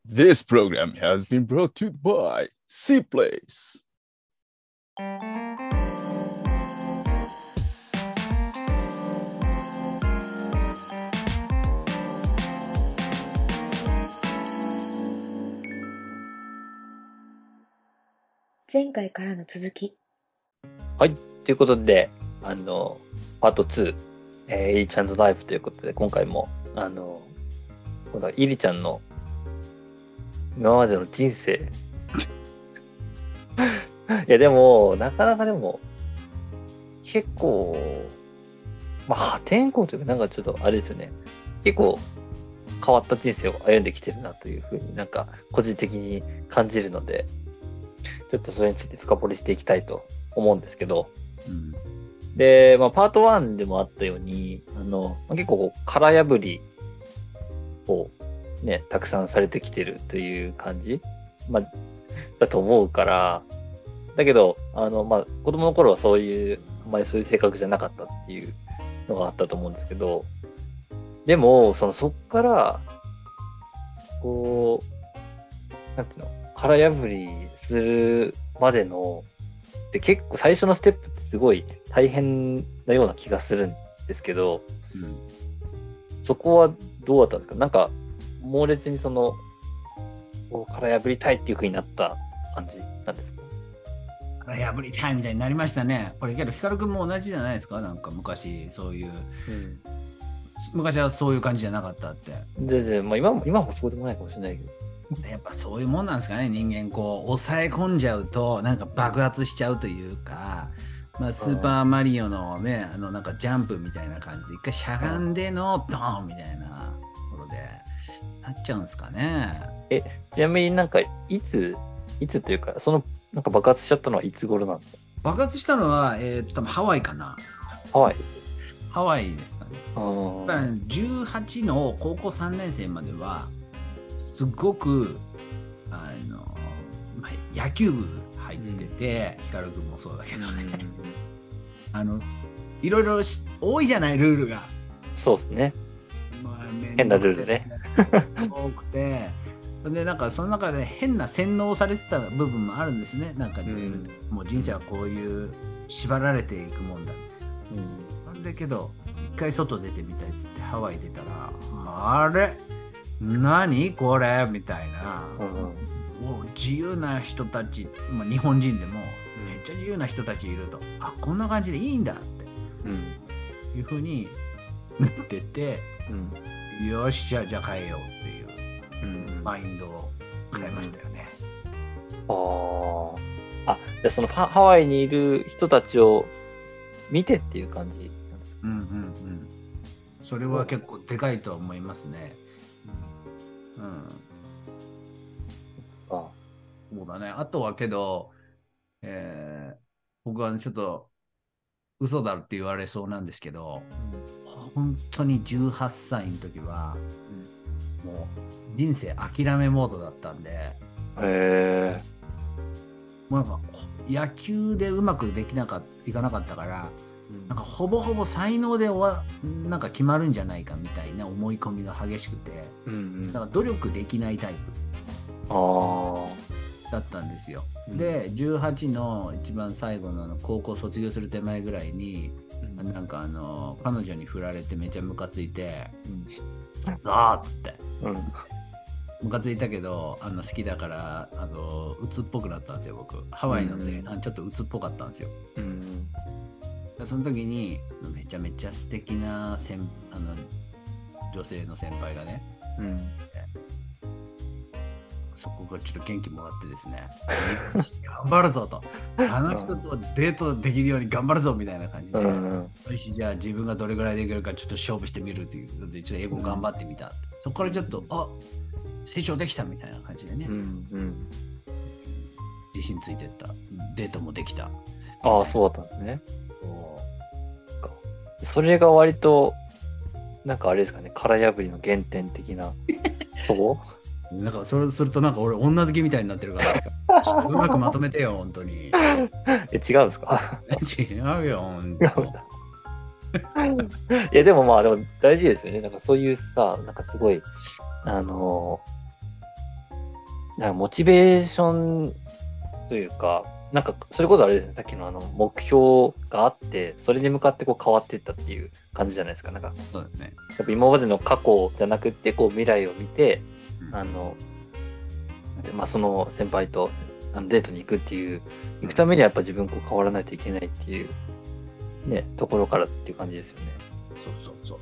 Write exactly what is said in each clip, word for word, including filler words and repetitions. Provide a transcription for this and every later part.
This program has been brought to you by C-Place. 前回からの続き。 はい、ということで、あの、パートツー、えー、イリちゃんズライフということで、今回も、あの、今度はイリちゃんの今までの人生。いや、でも、なかなかでも、結構、まあ、破天荒というか、なんかちょっとあれですよね。結構、変わった人生を歩んできてるなというふうになんか、個人的に感じるので、ちょっとそれについて深掘りしていきたいと思うんですけど、うん、で、まあ、パートワンでもあったように、あの、結構こう殻破りをね、たくさんされてきてるという感じ、まあ、だと思うから、だけど、あの、まあ、子供の頃はそういう、あんまりそういう性格じゃなかったっていうのがあったと思うんですけど、でも、その、そっから、こう、なんていうの、殻破りするまでので結構最初のステップってすごい大変なような気がするんですけど、うん、そこはどうだったんですか？なんか猛烈にその殻破りたいっていう風になった感じなんですか？ 殻破りたいみたいになりましたね。これけど光くんも同じじゃないですか？なんか昔そういう、うん、昔はそういう感じじゃなかったって。 でで、まあ、今も今もそうでもないかもしれないけど。 やっぱそういうもんなんですかね。人間こう抑え込んじゃうとなんか爆発しちゃうというか、まあ、スーパーマリオのね、あのなんかジャンプみたいな感じで一回しゃがんでのドーンみたいなところでなっちゃうんですかね。 え、ちなみになんかいついつというかそのなんか爆発しちゃったのはいつ頃なんですか？ 爆発したのは、えー、多分ハワイかな。 ハワイハワイですかね。じゅうはちの高校さんねん生まではすごくあの、まあ、野球部入ってて、うん、光くんもそうだけどね、うん、あのいろいろ多いじゃないルールが。 そうですね、まあ、変なルールね多くてでなんかその中で変な洗脳されてた部分もあるんですね。なんか、うん、もう人生はこういう縛られていくもんだみたいな、うん、なんだけど一回外出てみたいっつってハワイ出たらあれ何これみたいな、うん、もう自由な人たち、まあ、日本人でもめっちゃ自由な人たちいると、あこんな感じでいいんだって、うん、いうふうになってて、うん、よっしゃじゃあ変えようっていう、うん、マインドを変えましたよね、 うん、ああでそのハワイにいる人たちを見てっていう感じなんですか？うんうんうん、 それは結構でかいと思いますね。うん、あそうだね。あとはけど、えー、僕はちょっと嘘だって言われそうなんですけど、うん、本当にじゅうはっさいの時は、うん、もう人生諦めモードだったんで、へー、もうなんか野球でうまくできなかったいかなかったから、うん、なんかほぼほぼ才能で終わなんか決まるんじゃないかみたいな思い込みが激しくて、うんうん、だから努力できないタイプだったんですよ。うん、でじゅうはちの一番最後の高校卒業する手前ぐらいに、うん、なんかあの彼女に振られてめちゃムカついて、うん、あーっつって、うん、ムカついたけどあの好きだからあの鬱っぽくなったんですよ。僕ハワイので、うん、ちょっと鬱っぽかったんですよ。うん、その時にめちゃめちゃ素敵な先あの女性の先輩がね、うん、そこがちょっと元気もらってですね頑張るぞと、あの人とデートできるように頑張るぞみたいな感じで、うん、よしじゃあ自分がどれぐらいできるかちょっと勝負してみるということでちょっと英語頑張ってみた、うん、そこからちょっとあ成長できたみたいな感じでね、うんうん、自信ついてったデートもできた。 ああそうだったんですね。それが割となんかあれですかね、殻破りの原点的なとこなんかそれするとなんか俺女好きみたいになってるからちょっとうまくまとめてよ本当に。 え違うんですか？ 違うよ本当。いやでもまあでも大事ですよね。なんかそういうさなんかすごいあのなんかモチベーションというか、なんかそれこそあれですね、さっきのあの目標があって、それに向かってこう変わっていったっていう感じじゃないですか。なんかそうですね。 やっぱ今までの過去じゃなくて、こう未来を見て、 うん、 あの、まあ、その先輩とあのデートに行くっていう、行くためにはやっぱ自分こう変わらないといけないっていうね、ところからっていう感じですよね。 そうそうそう。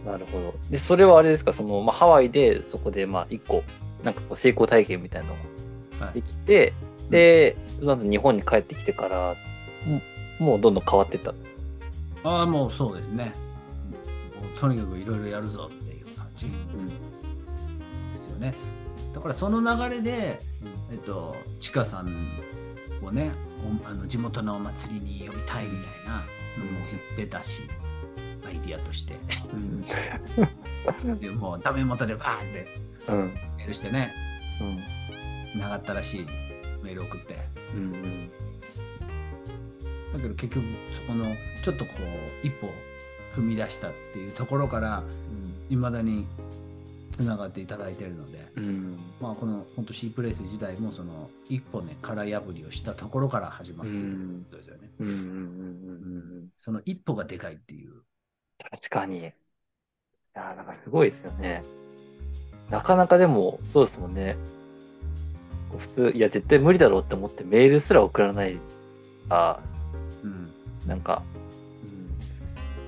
なるほど。で、それはあれですか、その、まあ、ハワイでそこでまあ一個、なんかこう成功体験みたいなのができて、はい、で、その後日本に帰ってきてから、もうどんどん変わっていった。 ああ、もうそうですね。もうとにかくいろいろやるぞっていう感じ、うん、ですよね。だからその流れで、えっと、ちかさんをね、あの地元のお祭りに呼びたいみたいなのも出たし、うん、アイディアとして。うん、でもうダメ元でバーンってメールしてね、うん、長ったらしいメール送って。うんうん、だけど結局そこのちょっとこう一歩踏み出したっていうところからいま、うん、だにつながっていただいているので、うん、まあこの本当シープレイス自体もその一歩ね殻破りをしたところから始まっていることですよね。その一歩がでかいっていう。 確かに。いやなんかすごいですよね。なかなかでもそうですもんね。普通いや絶対無理だろうって思ってメールすら送らないあ、うん、なんか、うん、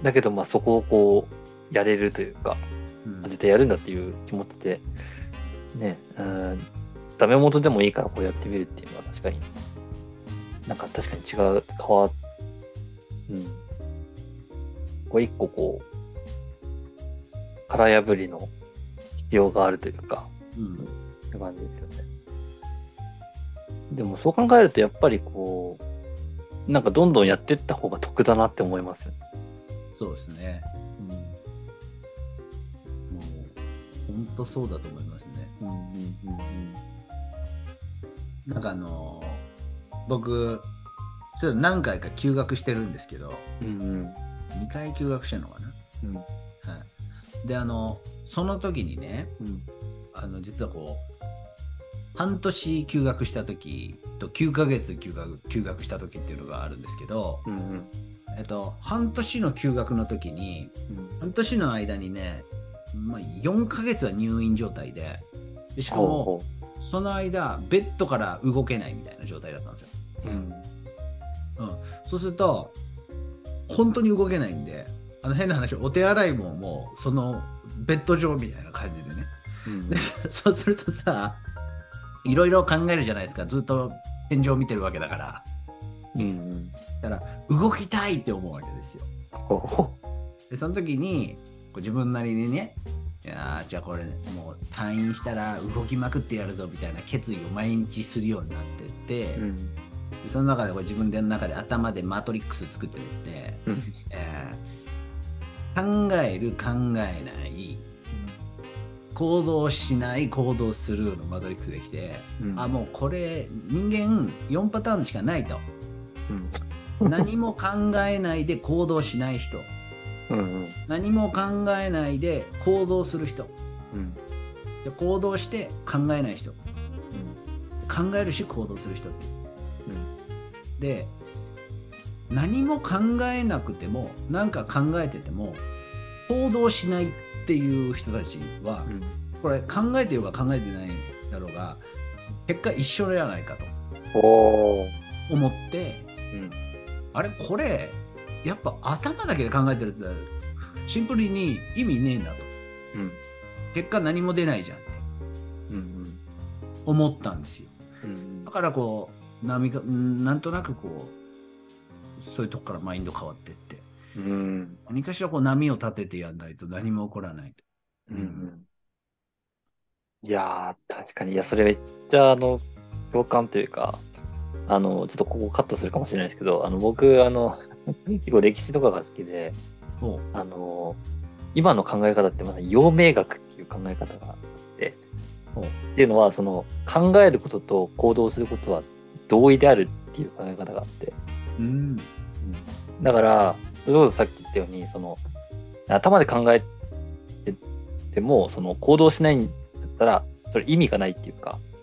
だけどまあそこをこうやれるというか、うん、絶対やるんだっていう気持ちでね、うん、ダメ元でもいいからこうやってみるっていうのは確かになんか確かに違う変わうんこう一個こう殻破りの必要があるというか、うん、って感じですよね。でもそう考えるとやっぱりこうなんかどんどんやっていった方が得だなって思います。 そうですね。うん、もう本当そうだと思いますね。うんうんうんうん、なんかあのー、僕ちょっと何回か休学してるんですけど、うんうん、にかい休学してるのかな。うんはい、であのその時にね、うん、あの実はこう半年休学した時ときゅうかげつ休学、休学した時っていうのがあるんですけど、うんうんえっと、半年の休学の時に、うん、半年の間にね、まあ、よんかげつは入院状態で、でしかもその間ベッドから動けないみたいな状態だったんですよ、うんうん、そうすると本当に動けないんであの変な話お手洗いももうそのベッド上みたいな感じでね、うん、でそうするとさいろいろ考えるじゃないですか。ずっと天井を見てるわけだから。うんうん。だから動きたいって思うわけですよ。でその時にこう自分なりにね、いやじゃあこれもう退院したら動きまくってやるぞみたいな決意を毎日するようになってって、うん、でその中でこう自分の中で頭でマトリックス作ってですね、えー、考える考えない行動しない行動するのマトリックスできて、うん、あもうこれ人間よんパターンしかないと、うん、何も考えないで行動しない人、うんうん、何も考えないで行動する人、うん、で行動して考えない人、うん、考えるし行動する人、うん、で何も考えなくても何か考えてても行動しないっていう人たちは、うん、これ考えてようが考えてないだろうが結果一緒じゃないかと思って、うん、あれこれやっぱ頭だけで考えてるってシンプルに意味ねえなと、うん、結果何も出ないじゃんって、うんうん、思ったんですよ、うんうん、だからこう波がなんとなくこうそういうとこからマインド変わってってうん、何かしらこう波を立ててやんないと何も起こらないと、うんうん、 いやー確かにいやそれめっちゃあの共感というかあのちょっとここカットするかもしれないですけどあの僕あの結構歴史とかが好きであの今の考え方ってまさに陽明学っていう考え方があってっていうのはその考えることと行動することは同意であるっていう考え方があって、うんうん、だからそれこそさっき言ったようにその頭で考えててもその行動しないんだったらそれ意味がないっていうか、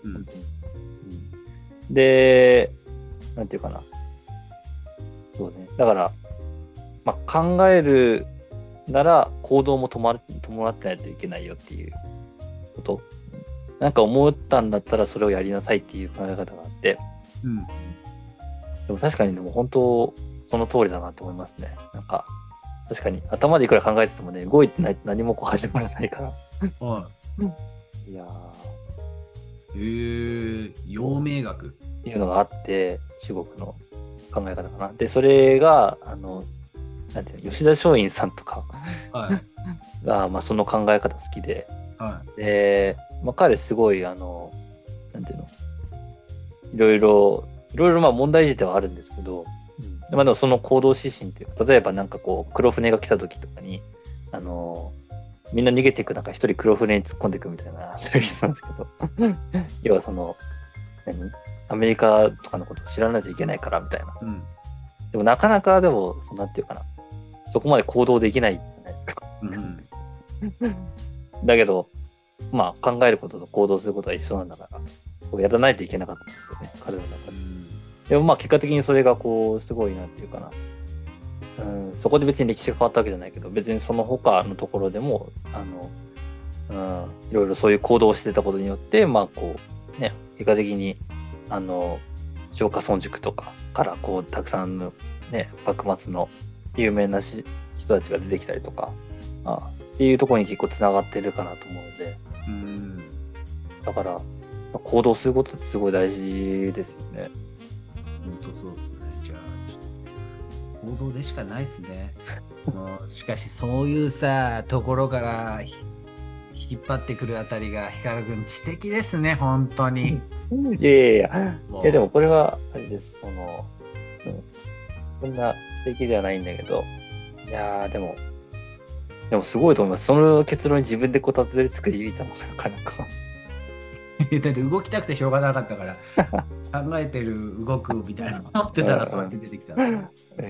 うん本当に。うん、で、なんていうかな。そうね。だから、まあ、考えるなら行動も伴伴ってないといけないよっていうこと。なんか思ったんだったらそれをやりなさいっていう考え方があって。 うんでも確かにでも本当その通りだなと思いますね。なんか確かに頭でいくら考えててもね、動いてないと何もこう始まらないから。 はいやい。へえ、陽明学。 っていうのがあって、中国の考え方かな。で、それが、あの、なんていうの、吉田松陰さんとかはいが、まあ、その考え方好きで、 はで、まあ、彼すごい、あの、なんていうの、いろいろ、いろいろまあ問題児ではあるんですけど、うん、まあでもその行動指針というか、例えばなんかこう、黒船が来た時とかに、あの、みんな逃げていく中、一人黒船に突っ込んでいくみたいな、そういう人なんですけど、要はその、何アメリカとかのことを知らないといけないからみたいな。 い。うんでもなかなかでも、そうなんていうかな、そこまで行動できないじゃないですか。 うんだけど、まあ考えることと行動することは一緒なんだから、こうやらないといけなかったんですよね、彼の中で。でもまあ結果的にそれがこう、すごいなっていうかな。うん、そこで別に歴史が変わったわけじゃないけど、別にその他のところでも、あの、うん、いろいろそういう行動をしてたことによって、まあこう、ね、結果的に、あの、松下村塾とかからこう、たくさんのね、幕末の有名なし人たちが出てきたりとか、ああっていうところに結構つながってるかなと思うので、 うんだから、行動することってすごい大事ですよね。 本当そうですね。じゃあ、ちょっと行動でしかないですね。もうしかし、そういうさ、ところからひ引っ張ってくるあたりが、光君、知的ですね、本当に。 いやいやいや、 もういやでもこれは、あれです、その、うん、そんな素敵ではないんだけど、いやー、でも、でもすごいと思います。その結論に自分でこうたどり着くゆいちゃんもなかなか。 だって動きたくてしょうがなかったから考えてる動くみたいなの思ってたらそうやって出てきた。 いやー、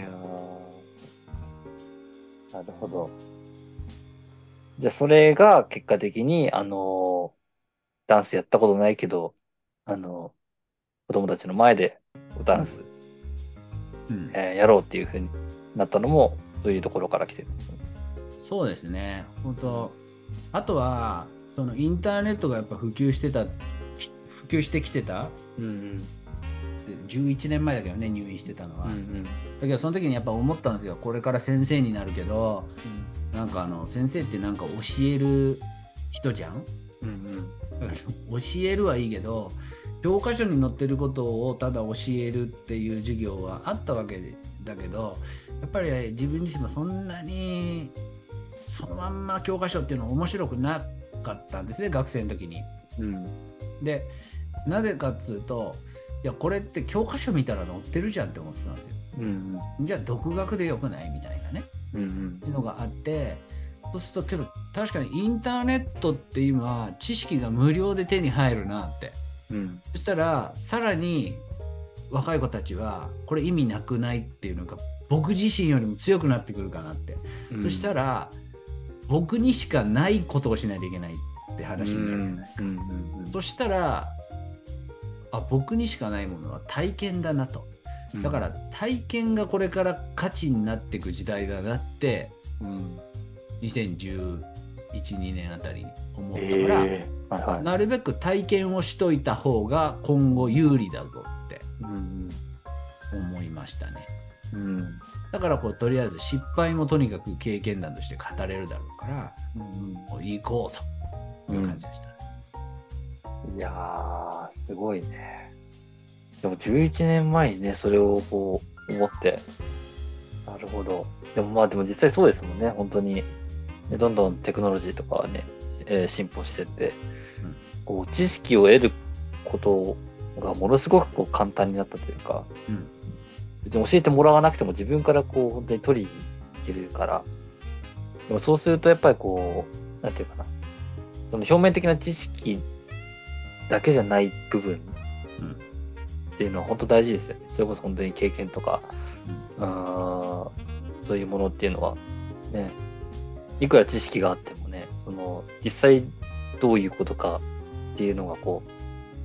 なるほど。じゃあそれが結果的に、あのーダンスやったことないけど、あのー子供たちの前でダンス、 うんえーやろうっていう風になったのも、そういうところから来てるんですね。 そうですね。本当。あとはそのインターネットがやっぱ普及してた普及してきてた。 うんうんじゅういちねんまえだけどね、入院してたのは。 うんうんだけどその時にやっぱ思ったんですよ。これから先生になるけど、なんかあの先生ってなんか教える人じゃん。 うんうんだから教えるはいいけど、教科書に載ってることをただ教えるっていう授業はあったわけだけど、やっぱり自分自身もそんなにそのまんま教科書っていうのは面白くなかったんですね、学生の時に。 うんで、なぜかっつうと、いやこれって教科書見たら載ってるじゃんって思ってたんですよ。 うんじゃあ独学でよくないみたいなね、 うんうんいうのがあって、そうするとけど確かにインターネットって今知識が無料で手に入るなって。 うんそしたらさらに若い子たちはこれ意味なくないっていうのが僕自身よりも強くなってくるかなって、 うんそしたら僕にしかないことをしないといけないって話になる、 うんうんうんそしたらあ僕にしかないものは体験だなと、だから体験がこれから価値になっていく時代だなってうんにせんじゅういち、にねんあたりに思ったから、 えーはいはいなるべく体験をしといた方が今後有利だぞってうん思いましたね。 うんだからこうとりあえず失敗もとにかく経験談として語れるだろうからうんもう行こうという感じでした、ねいやー、すごいね。でもじゅういちねんまえにね、それをこう思って、なるほど。でもまあでも実際そうですもんね、本当に。ね、どんどんテクノロジーとかはね、えー進歩してって、 うんこう知識を得ることがものすごくこう簡単になったというか、 うん別に教えてもらわなくても自分からこう本当に取りに行けるから、でもそうするとやっぱりこう、なんていうかな、その表面的な知識だけじゃない部分っていうのは本当大事ですよね。それこそ本当に経験とか、あーそういうものっていうのはね、いくら知識があってもね、その実際どういうことかっていうのがこう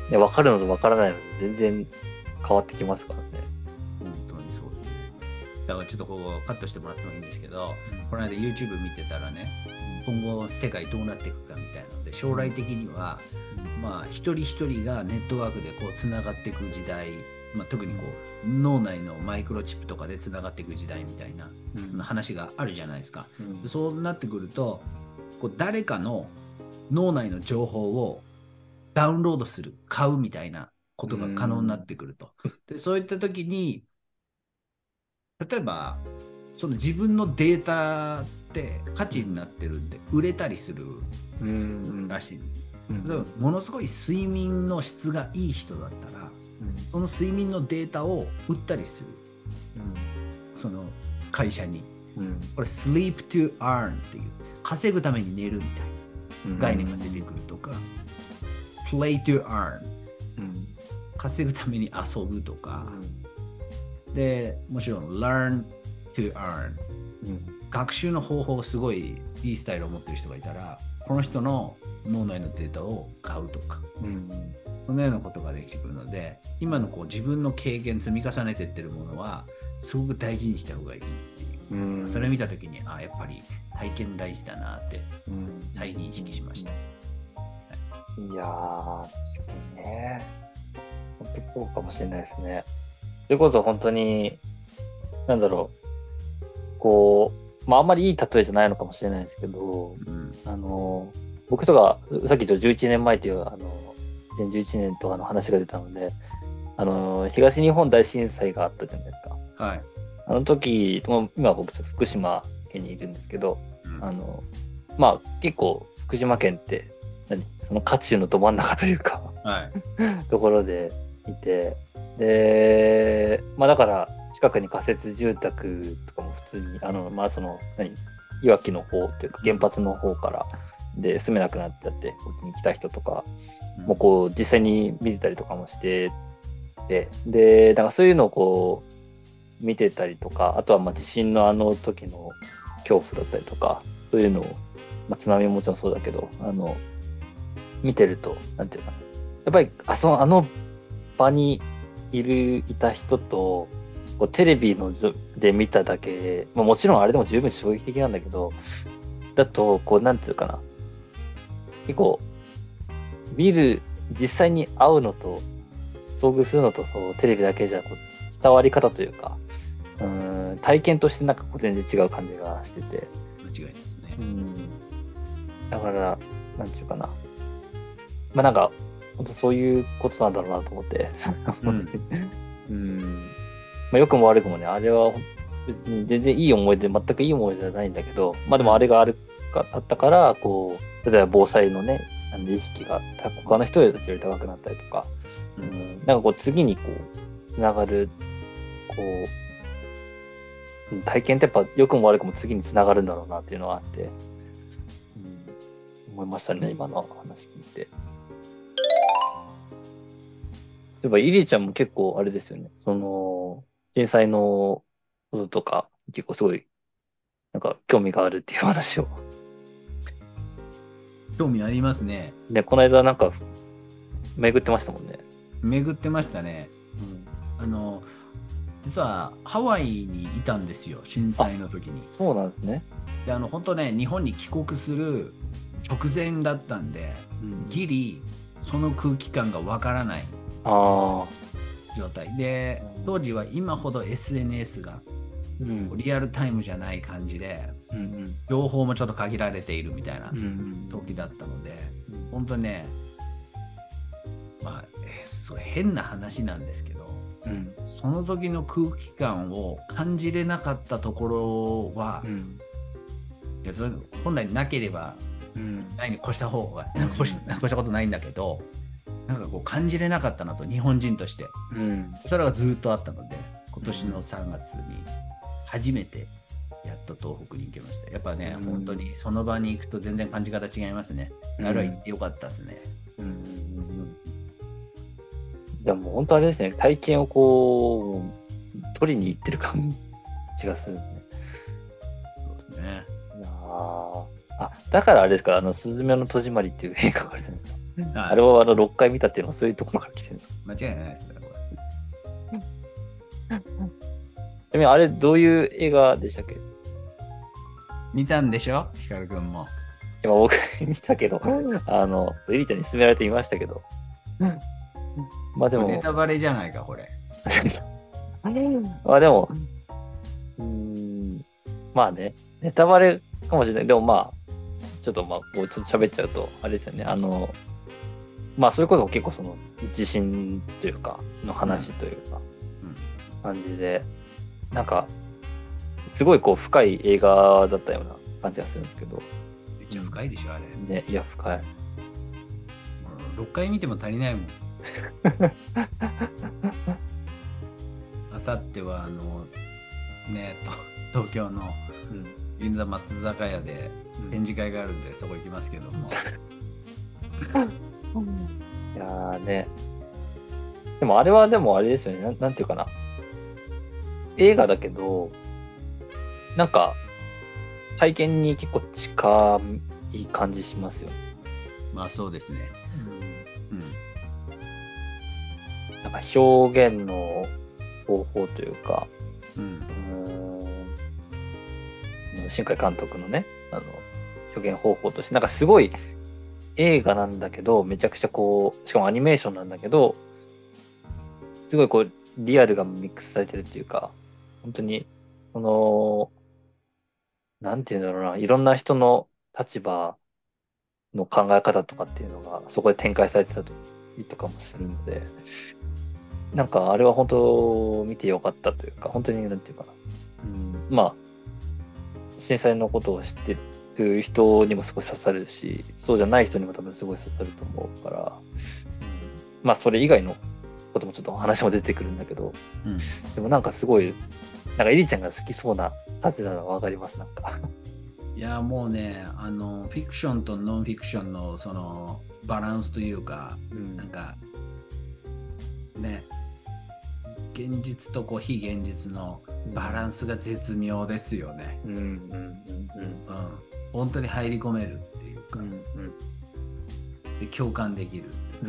ね、分かるのと分からないので全然変わってきますからね。 本当にそうですね。だからちょっとここカットしてもらってもいいんですけど、この間 YouTube 見てたらね、今後世界どうなっていくかみたいなので、将来的には、まあ一人一人がネットワークでこうつながっていく時代、まあ、特にこう脳内のマイクロチップとかでつながっていく時代みたいな話があるじゃないですか。 うん、 そうなってくると、こう誰かの脳内の情報をダウンロードする、買うみたいなことが可能になってくると。でそういった時に、例えばその自分のデータって価値になってるんで売れたりするらしい。 うん、 例えばものすごい睡眠の質がいい人だったら、うん、その睡眠のデータを売ったりする、うん、その会社に、うん、これ sleep to earn っていう稼ぐために寝るみたいな概念が出てくるとか、うん、play to earn、うん、稼ぐために遊ぶとか、うん、でもちろん learn to earn、うん、学習の方法がすごいいいスタイルを持ってる人がいたら、この人の脳内のデータを買うとか、うん、そのようなことができてくるので、今のこう自分の経験積み重ねてってるものはすごく大事にした方がいいっていう、うん、それを見たときに、あ、やっぱり体験大事だなって再認識しました。 うん、はい、いやー、確かにね、本当そうかもしれないですね。ということは本当になんだろう、こう、まああんまりいい例えじゃないのかもしれないですけど、うん、あの僕とかさっき言ったじゅういちねんまえというあのにせんじゅういちねんとあの話が出たので、あの東日本大震災があったじゃないですか。 はい。 あの時、今僕福島県にいるんですけど、うん、あのまあ結構福島県って何その渦中のど真ん中というか、はい、ところでいて、でまあだから近くに仮設住宅とかも普通にあのまあその何いわきの方というか原発の方からで住めなくなっちゃってこっちに来た人とかもこう実際に見てたりとかもしてて、でだからそういうのをこう見てたりとか、あとはまあ地震のあの時の恐怖だったりとか、そういうのを、まあ、津波ももちろんそうだけどあの見てるとなんていうかな、やっぱりあそのあの場にいるいた人とこうテレビので見ただけ、まあ、もちろんあれでも十分衝撃的なんだけど、だとこうなんていうかな、結構見る実際に会うのと遭遇するのとそうテレビだけじゃこう伝わり方というか、うーん体験としてなんかこう全然違う感じがしてて、 間違いないですね。 うん、だからなんていうかな、まあなんか本当そういうことなんだろうなと思ってうん、うんまあ、良くも悪くもね、あれは別に全然いい思い出、全くいい思い出じゃないんだけど、まあでもあれがあるかあったから、こう、例えば防災のね、あの意識が他の人より高くなったりとか、うん、なんかこう次にこう、つながる、こう、体験ってやっぱ良くも悪くも次につながるんだろうなっていうのはあって、うん、思いましたね、今の話聞いて。例えば、イリーちゃんも結構あれですよね、その、震災のこととか結構すごいなんか興味があるっていう話を興味ありますね。 でこの間なんか巡ってましたもんね。 巡ってましたね、うん、あの実はハワイにいたんですよ、震災の時に。 そうなんですね。 であの本当ね、日本に帰国する直前だったんで、うん、ギリその空気感がわからない状態で、当時は今ほど エスエヌエス がリアルタイムじゃない感じで、うんうん、情報もちょっと限られているみたいな時だったので、うんうん、本当にね、まあ、えー、すごい変な話なんですけど、うん、その時の空気感を感じれなかったところは、うん、いやそれ本来なければないに越した方が、うん、越し、越したことないんだけど、なんかこう感じれなかったなと、日本人として、うん、それがずっとあったので、今年のさんがつに初めてやっと東北に行けました。やっぱね、うん、本当にその場に行くと全然感じ方違いますね。あれは行ってよかったですね。うんうんうん、 でも本当あれですね、体験をこう取りに行ってる感じがするね。 そうですね。 ああ、だからあれですか、あのすずめの戸締まりっていう映画があるじゃないですか。 あれをあのろっかい見たっていうのはそういうところから来てるの。 間違いないですね、これ。 ちなみにあれどういう映画でしたっけ？ 見たんでしょヒカルくんも。 今僕見たけど、あの、エリちゃんに勧められてみましたけど。まあでも。 ネタバレじゃないか、これ。 まあでも、うーん、まあね、ネタバレかもしれない。でもまあ、ちょっとまあ、もうちょっと喋っちゃうと、あれですよね。あの、まあそれこそ結構その、地震というか、の話というか、感じで、なんか、すごいこう深い映画だったような感じがするんですけど。 めっちゃ深いでしょ、あれ。 ね、いや、深い。 ろっかい見ても足りないもん。あさっては、あの、ね、と東京の銀座松坂屋で展示会があるんで、そこ行きますけども。 いやーね。でもあれはでもあれですよね。なん、なんていうかな。映画だけど、なんか、体験に結構近い感じしますよね。 まあそうですね。うん。 なんか表現の方法というか、 うん。 うーん新海監督のね、あの、表現方法として、なんかすごい映画なんだけど、めちゃくちゃこう、しかもアニメーションなんだけど、すごいこう、リアルがミックスされてるっていうか、本当に、その、なんていうんだろうな、いろんな人の立場の考え方とかっていうのが、そこで展開されてたりとかもするので、なんかあれは本当見てよかったというか、本当になんていうかな、うん、まあ、震災のことを知ってる人にもすごい刺さるし、そうじゃない人にも多分すごい刺さると思うから、うん、まあそれ以外のこともちょっと話も出てくるんだけど、 うん、 でもなんかすごい、なんかエリちゃんが好きそうな感じなのがわかります、なんか。 いやもうね、あのフィクションとノンフィクションのそのバランスというか、うん、なんかね、現実とこう非現実のバランスが絶妙ですよね。うんうんうんうん、本当に入り込めるっていうか、うんうん、で共感できる。うん、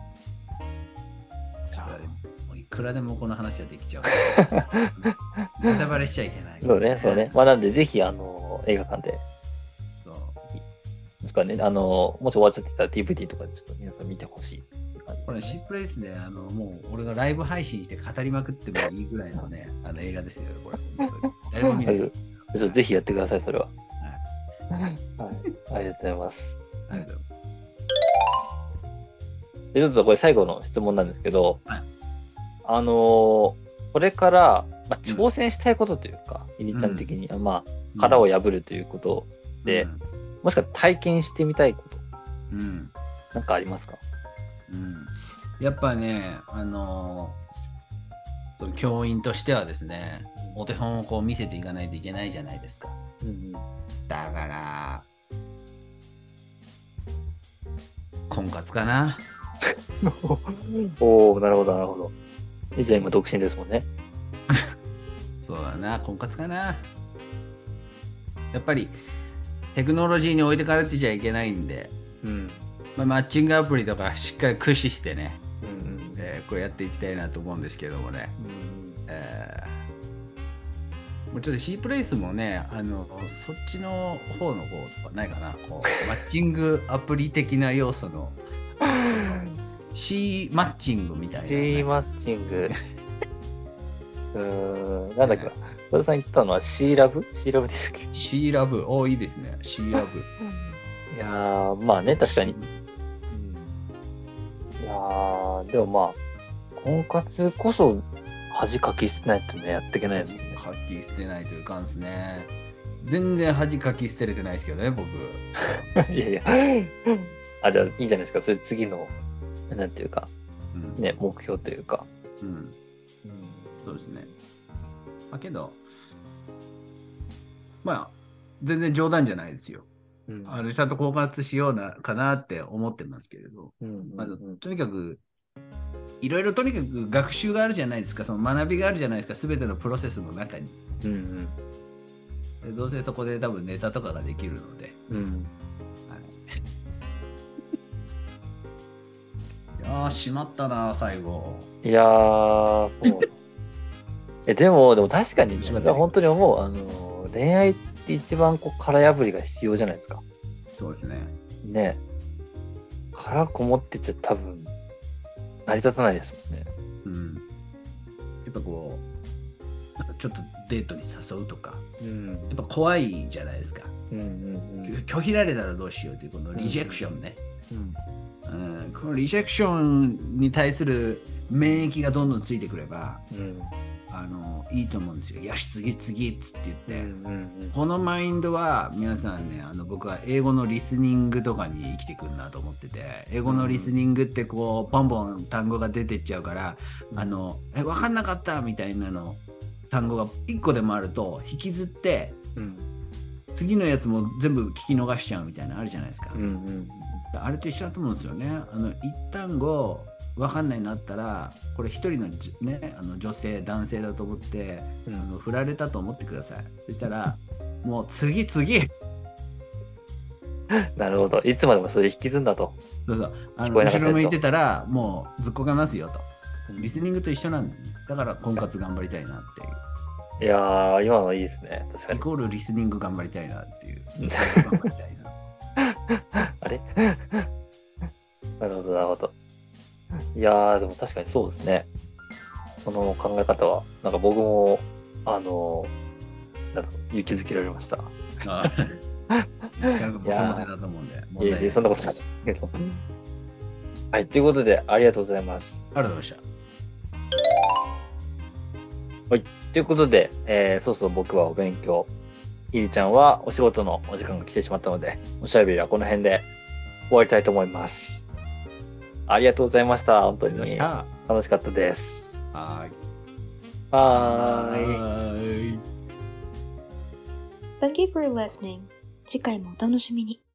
もういくらでもこの話はできちゃう。ネタバレしちゃいけない、ね。 そうね、そうね。まあなんでぜひあの映画館で。 そう。 ですかね、あのもし終わっちゃってたら ディーブイディー とかでちょっと皆さん見てほしい。 これシープレイスであのもう俺がライブ配信して語りまくってもいいぐらいのねあの映画ですよこれ。誰も見ない。 ぜひやってくださいそれは。はい。はい、ありがとうございます。 ありがとうございます。 でちょっとこれ最後の質問なんですけど、はい、あのー、これから、まあ、挑戦したいことというか、いり、うん、ちゃん的に、うん、まあ殻を破るということで、うん、もしくは体験してみたいこと、うん、なんかありますか？ うん、やっぱね、あのー、教員としてはですね、お手本をこう見せていかないといけないじゃないですか。うん、だから、婚活かな。 おお、なるほど、なるほど。じゃあ今独身ですもんね。 そうだな、婚活かな。やっぱりテクノロジーに置いてかれてちゃいけないんで、うんまあ、マッチングアプリとかしっかり駆使してね、うんうんえー、こうやっていきたいなと思うんですけどもね、うんえー、もうちょっと C プレイスもねあのそっちの方の方とかないかなこうマッチングアプリ的な要素のC マッチングみたいな、ね、 C マッチングうーんなんだっけな和田さん言ったのは C ラブ C ラブでしたっけ？ C ラブおいいですね C ラブいやーまあね確かにいやーでもまあ婚活こそ恥かき捨てないとねやっていけないですもんね。 かき捨てないといかんですね。全然恥かき捨てれてないですけどね僕。 いやいやあじゃあいいじゃないですかそれ次のなんていうか、うん、ね目標というか。うん。うん、 そうですね。まあけどまあ全然冗談じゃないですよ。うん、あのちゃんと婚活しようなかなって思ってますけれど、うんうんうんまあ、とにかくいろいろとにかく学習があるじゃないですかその学びがあるじゃないですか全てのプロセスの中に、うんうん、でどうせそこで多分ネタとかができるので、うんはい、 ー、しまったな、最後。 いやー、そう。え、でも、でも確かに、ね、 しまったね本当に思う。あの、恋愛って一番こう殻破りが必要じゃないですか。 そうですね。 ね。殻こもってちゃ多分、成り立たないですもんね。 うん。やっぱこう、なんかちょっとデートに誘うとか、 うん。 やっぱ怖いじゃないですか。 うんうん拒否られたらどうしようというこのリジェクションね。 うん。 うん、このリジェクションに対する免疫がどんどんついてくれば、 うん。 あのいいと思うんですよ。よし、次次っつって言って。 うんうんこのマインドは皆さんね、あの僕は英語のリスニングとかに生きてくるなと思ってて、英語のリスニングってこうポンポン単語が出てっちゃうから、あのえ分かんなかったみたいなの単語がいっこでもあると引きずってうん次のやつも全部聞き逃しちゃうみたいなのあるじゃないですか。 うんうんあれと一緒だと思うんですよね。あの一単語分かんないなったら、これ一人の、ね、あの女性男性だと思って、 うんあの振られたと思ってください。そしたらもう次次なるほど。いつまでもそれ引きずんだと。 そうそうあの聞こえなかったやつと後ろ向いてたらもうずっこけますよと。 うんリスニングと一緒なんだよね。だから婚活頑張りたいなっていう。 いやー、今のいいですね。確かに。 イコールリスニング頑張りたいなっていう。頑張りたいな。 あれなるほど、なるほど。いやー、でも確かにそうですね。その考え方は、なんか僕も、あの、なんか勇気づけられました。 ああなかなかボテモテだと思うんで。問いえいえ、 題ないそんなことないけど。はい、ということで、ありがとうございます。 ありがとうございましということで、えーそうそう僕はお勉強、ひりちゃんはお仕事のお時間が来てしまったので、おしゃべりはこの辺で終わりたいと思います。ありがとうございました。本当た。ありがとうにございました。 楽しかったです。 はーい。 はーい。 ーい。 Thank you for listening. 次回もお楽しみに。